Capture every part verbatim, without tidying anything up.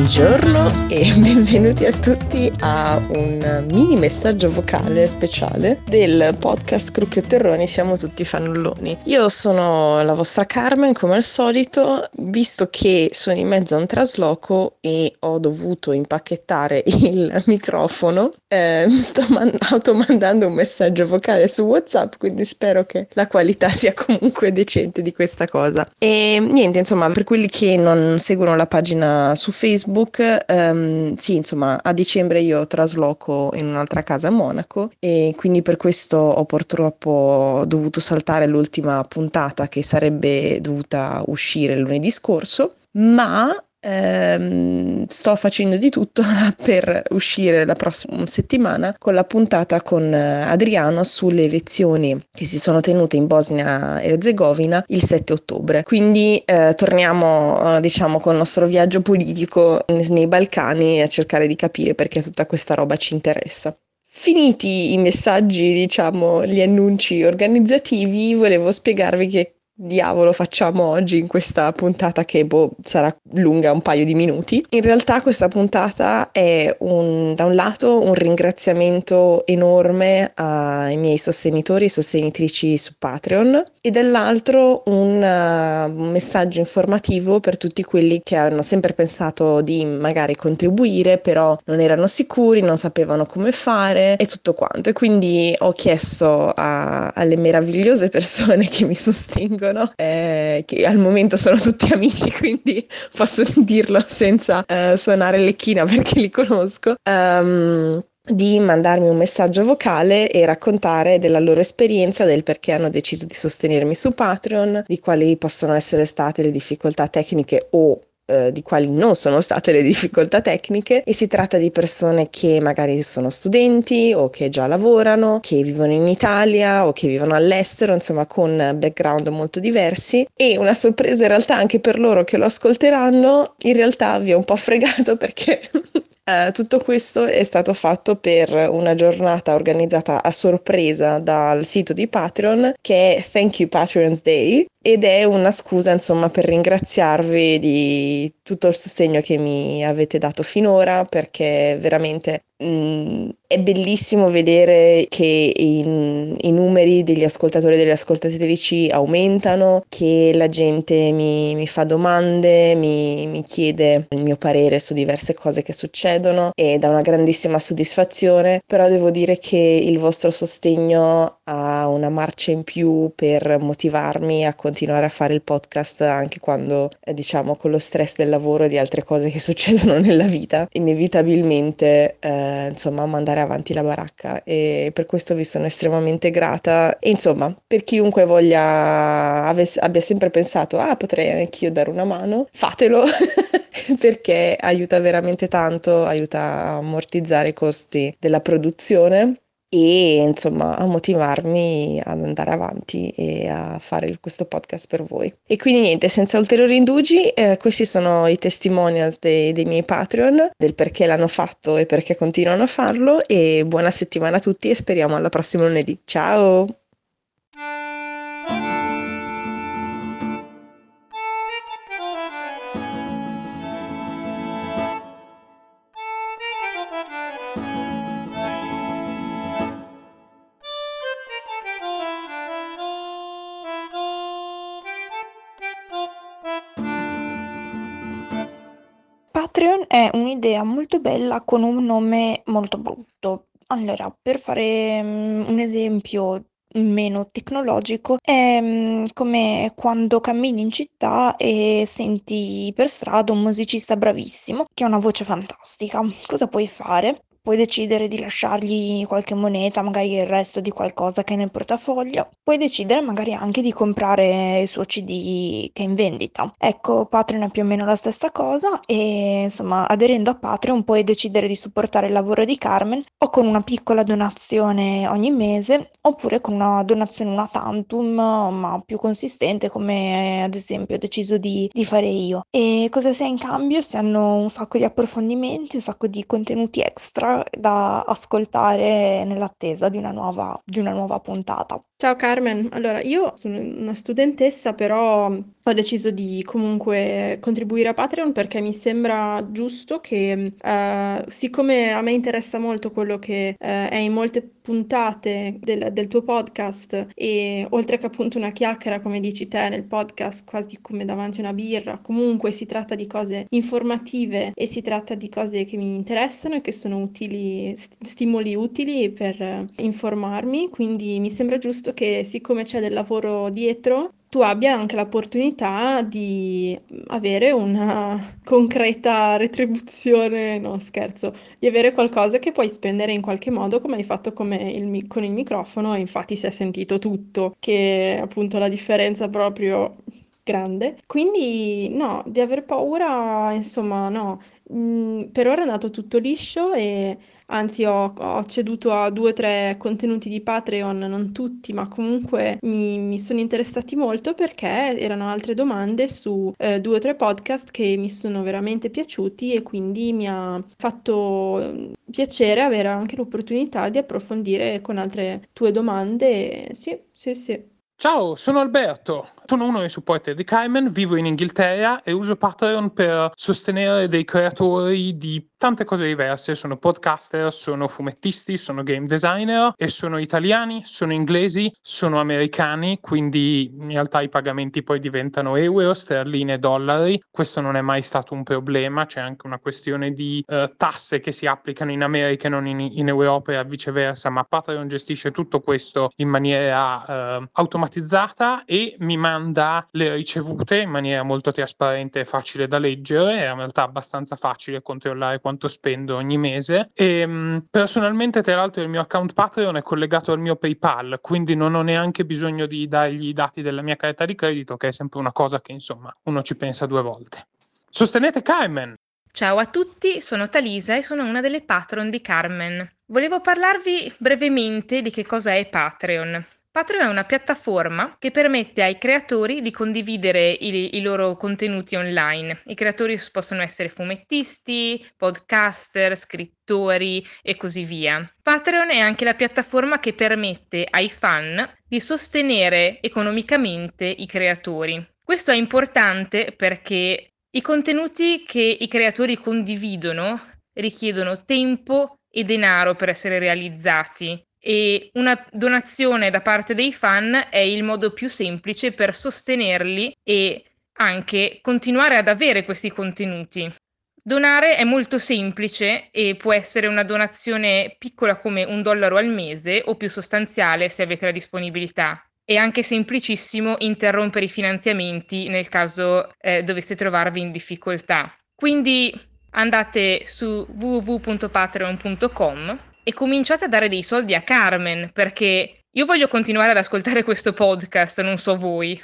Buongiorno e benvenuti a tutti a un mini messaggio vocale speciale del podcast Crucchi o Terroni, siamo tutti fannulloni. Io sono la vostra Carmen come al solito, visto che sono in mezzo a un trasloco e ho dovuto impacchettare il microfono, eh, mi sto man- automandando un messaggio vocale su WhatsApp, quindi spero che la qualità sia comunque decente di questa cosa. E niente, insomma, per quelli che non seguono la pagina su Facebook, ehm, sì, insomma, a dicembre io trasloco in un'altra casa a Monaco e quindi per questo ho purtroppo dovuto saltare l'ultima puntata che sarebbe dovuta uscire lunedì scorso, ma ehm, sto facendo di tutto per uscire la prossima settimana con la puntata con Adriano sulle elezioni che si sono tenute in Bosnia e Erzegovina il sette ottobre. Quindi eh, torniamo eh, diciamo col nostro viaggio politico nei Balcani a cercare di capire perché tutta questa roba ci interessa. Finiti i messaggi, diciamo, gli annunci organizzativi, volevo spiegarvi che diavolo facciamo oggi in questa puntata che boh, sarà lunga un paio di minuti. In realtà questa puntata è un, da un lato un ringraziamento enorme ai miei sostenitori e sostenitrici su Patreon e dall'altro un, uh, un messaggio informativo per tutti quelli che hanno sempre pensato di magari contribuire però non erano sicuri, non sapevano come fare e tutto quanto, e quindi ho chiesto a, alle meravigliose persone che mi sostengono, eh, che al momento sono tutti amici, quindi posso dirlo senza eh, suonare l'ecchina perché li conosco, um, di mandarmi un messaggio vocale e raccontare della loro esperienza, del perché hanno deciso di sostenermi su Patreon, di quali possono essere state le difficoltà tecniche o di quali non sono state le difficoltà tecniche. E si tratta di persone che magari sono studenti o che già lavorano, che vivono in Italia o che vivono all'estero, insomma con background molto diversi. E una sorpresa in realtà anche per loro che lo ascolteranno, in realtà vi ho un po' fregato perché Uh, tutto questo è stato fatto per una giornata organizzata a sorpresa dal sito di Patreon, che è Thank You Patreons Day, ed è una scusa insomma per ringraziarvi di tutto il sostegno che mi avete dato finora, perché veramente mh, è bellissimo vedere che i, i numeri degli ascoltatori e delle ascoltatrici aumentano, che la gente mi, mi fa domande, mi, mi chiede il mio parere su diverse cose che succedono e dà una grandissima soddisfazione. Però devo dire che il vostro sostegno ha una marcia in più per motivarmi a continuare a fare il podcast anche quando eh, diciamo con lo stress del lavoro e di altre cose che succedono nella vita inevitabilmente eh, insomma mandare avanti la baracca, e per questo vi sono estremamente grata. E insomma, per chiunque voglia ave- abbia sempre pensato ah potrei anch'io dare una mano, fatelo perché aiuta veramente tanto, aiuta a ammortizzare i costi della produzione e insomma a motivarmi ad andare avanti e a fare questo podcast per voi. E quindi niente, senza ulteriori indugi, eh, questi sono i testimonials dei, dei miei Patreon, del perché l'hanno fatto e perché continuano a farlo, e buona settimana a tutti e speriamo alla prossima lunedì. Ciao! Patreon è un'idea molto bella con un nome molto brutto. Allora, per fare mm, un esempio meno tecnologico, è mm, come quando cammini in città e senti per strada un musicista bravissimo che ha una voce fantastica. Cosa puoi fare? Puoi decidere di lasciargli qualche moneta, magari il resto di qualcosa che hai nel portafoglio. Puoi decidere magari anche di comprare il suo C D che è in vendita. Ecco, Patreon è più o meno la stessa cosa e insomma, aderendo a Patreon puoi decidere di supportare il lavoro di Carmen o con una piccola donazione ogni mese, oppure con una donazione una tantum, ma più consistente, come ad esempio ho deciso di, di fare io. E cosa si ha in cambio? Si hanno un sacco di approfondimenti, un sacco di contenuti extra da ascoltare nell'attesa di una nuova, di una nuova puntata. Ciao Carmen, allora io sono una studentessa, però ho deciso di comunque contribuire a Patreon perché mi sembra giusto che, eh, siccome a me interessa molto quello che eh, è in molte puntate del, del tuo podcast e oltre che appunto una chiacchiera, come dici te nel podcast, quasi come davanti a una birra, comunque si tratta di cose informative e si tratta di cose che mi interessano e che sono utili, st- stimoli utili per eh, informarmi, quindi mi sembra giusto che siccome c'è del lavoro dietro, tu abbia anche l'opportunità di avere una concreta retribuzione, no scherzo, di avere qualcosa che puoi spendere in qualche modo, come hai fatto come il mi- con il microfono, e infatti si è sentito tutto, che è appunto la differenza proprio grande. Quindi no, di aver paura, insomma, no. Mm, per ora è andato tutto liscio e anzi ho, ho ceduto a due o tre contenuti di Patreon, non tutti, ma comunque mi, mi sono interessati molto perché erano altre domande su eh, due o tre podcast che mi sono veramente piaciuti e quindi mi ha fatto eh, piacere avere anche l'opportunità di approfondire con altre tue domande. Sì, sì, sì. Ciao, sono Alberto, sono uno dei supporter di Carmen, vivo in Inghilterra e uso Patreon per sostenere dei creatori di tante cose diverse. Sono podcaster, sono fumettisti, sono game designer e sono italiani, sono inglesi, sono americani, quindi in realtà i pagamenti poi diventano euro, sterline, dollari. Questo non è mai stato un problema, c'è anche una questione di eh, tasse che si applicano in America e non in, in Europa e viceversa, ma Patreon gestisce tutto questo in maniera eh, automatizzata e mi manda le ricevute in maniera molto trasparente e facile da leggere. È in realtà abbastanza facile controllare quanto spendo ogni mese e mh, personalmente tra l'altro il mio account Patreon è collegato al mio PayPal, quindi non ho neanche bisogno di dargli i dati della mia carta di credito, che è sempre una cosa che insomma uno ci pensa due volte. Sostenete Carmen! Ciao a tutti, sono Talisa e sono una delle patron di Carmen. Volevo parlarvi brevemente di che cosa è Patreon. Patreon è una piattaforma che permette ai creatori di condividere i, i loro contenuti online. I creatori possono essere fumettisti, podcaster, scrittori e così via. Patreon è anche la piattaforma che permette ai fan di sostenere economicamente i creatori. Questo è importante perché i contenuti che i creatori condividono richiedono tempo e denaro per essere realizzati e una donazione da parte dei fan è il modo più semplice per sostenerli e anche continuare ad avere questi contenuti. Donare è molto semplice e può essere una donazione piccola come un dollaro al mese o più sostanziale se avete la disponibilità. È anche semplicissimo interrompere i finanziamenti nel caso eh, doveste trovarvi in difficoltà. Quindi andate su w w w punto patreon punto com e cominciate a dare dei soldi a Carmen, perché io voglio continuare ad ascoltare questo podcast, non so voi.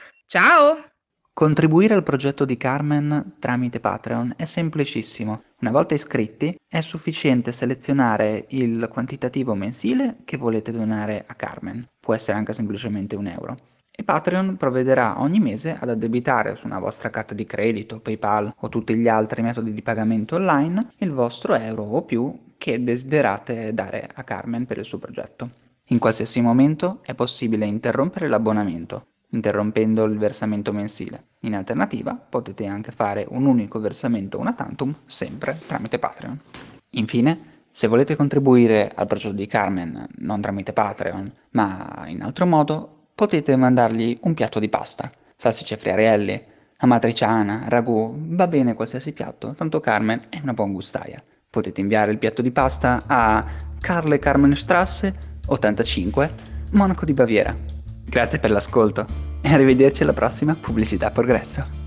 Ciao! Contribuire al progetto di Carmen tramite Patreon è semplicissimo. Una volta iscritti è sufficiente selezionare il quantitativo mensile che volete donare a Carmen, può essere anche semplicemente un euro, e Patreon provvederà ogni mese ad addebitare su una vostra carta di credito, PayPal o tutti gli altri metodi di pagamento online il vostro euro o più che desiderate dare a Carmen per il suo progetto. In qualsiasi momento è possibile interrompere l'abbonamento, interrompendo il versamento mensile. In alternativa potete anche fare un unico versamento una tantum, sempre tramite Patreon. Infine, se volete contribuire al progetto di Carmen non tramite Patreon, ma in altro modo, potete mandargli un piatto di pasta, salsicce friarielli, amatriciana, ragù, va bene qualsiasi piatto, tanto Carmen è una buon gustaia. Potete inviare il piatto di pasta a Karle Carmenstrasse ottantacinque, Monaco di Baviera. Grazie per l'ascolto e arrivederci alla prossima Pubblicità Progresso.